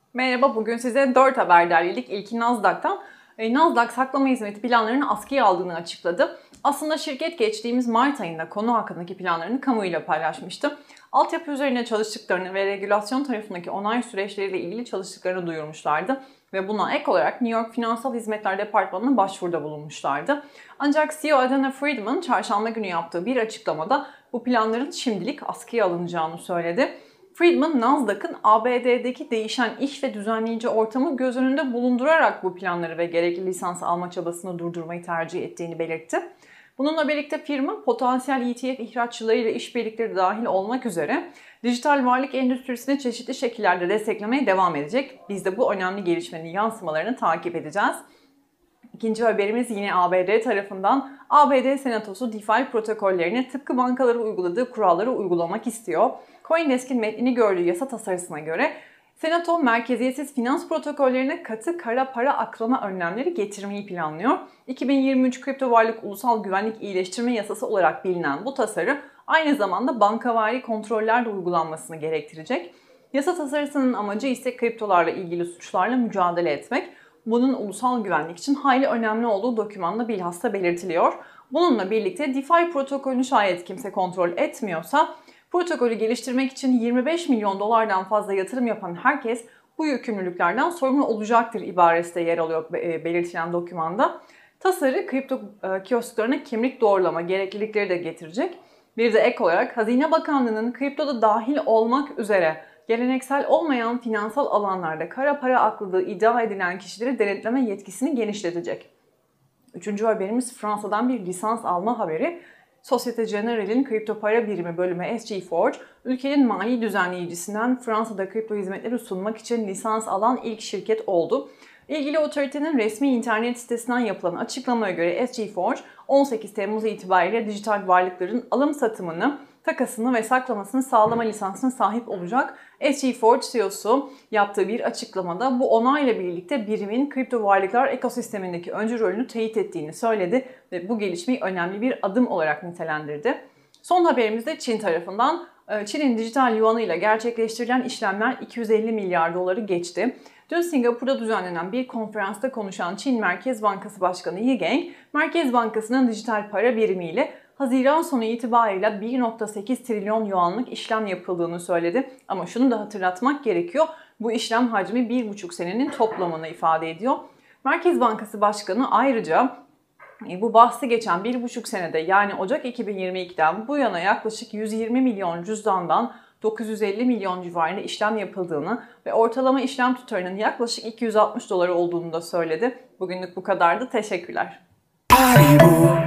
Merhaba, bugün size 4 haber derledik. İlki Nasdaq'tan. Nasdaq saklama hizmeti planlarını askıya aldığını açıkladı. Aslında şirket geçtiğimiz Mart ayında konu hakkındaki planlarını kamuoyuyla paylaşmıştı. Altyapı üzerine çalıştıklarını ve regülasyon tarafındaki onay süreçleriyle ilgili çalıştıklarını duyurmuşlardı. Ve buna ek olarak New York Finansal Hizmetler Departmanı'na başvuruda bulunmuşlardı. Ancak CEO Adena Friedman çarşamba günü yaptığı bir açıklamada bu planların şimdilik askıya alınacağını söyledi. Friedman, Nasdaq'ın ABD'deki değişen iş ve düzenleyici ortamı göz önünde bulundurarak bu planları ve gerekli lisans alma çabasını durdurmayı tercih ettiğini belirtti. Bununla birlikte firma, potansiyel ETF ihraççılarıyla işbirlikleri dahil olmak üzere dijital varlık endüstrisini çeşitli şekillerde desteklemeye devam edecek. Biz de bu önemli gelişmenin yansımalarını takip edeceğiz. İkinci haberimiz yine ABD tarafından. ABD Senatosu DeFi protokollerine tıpkı bankalara uyguladığı kuralları uygulamak istiyor. CoinDesk'in metnini gördüğü yasa tasarısına göre Senato merkeziyetsiz finans protokollerine katı kara para aklama önlemleri getirmeyi planlıyor. 2023 Kripto Varlık Ulusal Güvenlik İyileştirme Yasası olarak bilinen bu tasarı aynı zamanda bankavari kontroller de uygulanmasını gerektirecek. Yasa tasarısının amacı ise kriptolarla ilgili suçlarla mücadele etmek. Bunun ulusal güvenlik için hayli önemli olduğu dokümanda bilhassa belirtiliyor. Bununla birlikte DeFi protokolünü şayet kimse kontrol etmiyorsa, protokolü geliştirmek için 25 milyon dolardan fazla yatırım yapan herkes bu yükümlülüklerden sorumlu olacaktır ibaresi de yer alıyor belirtilen dokümanda. Tasarı kripto kiosklarına kimlik doğrulama gereklilikleri de getirecek. Bir de ek olarak Hazine Bakanlığı'nın kriptoda dahil olmak üzere geleneksel olmayan finansal alanlarda kara para akladığı iddia edilen kişileri denetleme yetkisini genişletecek. Üçüncü haberimiz Fransa'dan bir lisans alma haberi. Societe Generale'in kripto para birimi bölümü SG Forge, ülkenin mali düzenleyicisinden Fransa'da kripto hizmetleri sunmak için lisans alan ilk şirket oldu. İlgili otoritenin resmi internet sitesinden yapılan açıklamaya göre SG Forge, 18 Temmuz itibariyle dijital varlıkların alım satımını, takasını ve saklamasını sağlama lisansına sahip olacak. SG Forge CEO'su yaptığı bir açıklamada bu onayla birlikte birimin kripto varlıklar ekosistemindeki öncü rolünü teyit ettiğini söyledi ve bu gelişmeyi önemli bir adım olarak nitelendirdi. Son haberimiz de Çin tarafından. Çin'in dijital yuanıyla gerçekleştirilen işlemler 250 milyar doları geçti. Dün Singapur'da düzenlenen bir konferansta konuşan Çin Merkez Bankası Başkanı Ye Geng, Merkez Bankası'nın dijital para birimiyle Haziran sonu itibariyle 1,8 trilyon yuanlık işlem yapıldığını söyledi. Ama şunu da hatırlatmak gerekiyor, bu işlem hacmi 1,5 senenin toplamını ifade ediyor. Merkez Bankası Başkanı ayrıca bu bahsi geçen 1,5 senede yani Ocak 2022'den bu yana yaklaşık 120 milyon cüzdandan 950 milyon civarında işlem yapıldığını ve ortalama işlem tutarının yaklaşık 260 dolar olduğunu da söyledi. Bugünlük bu kadardı. Teşekkürler.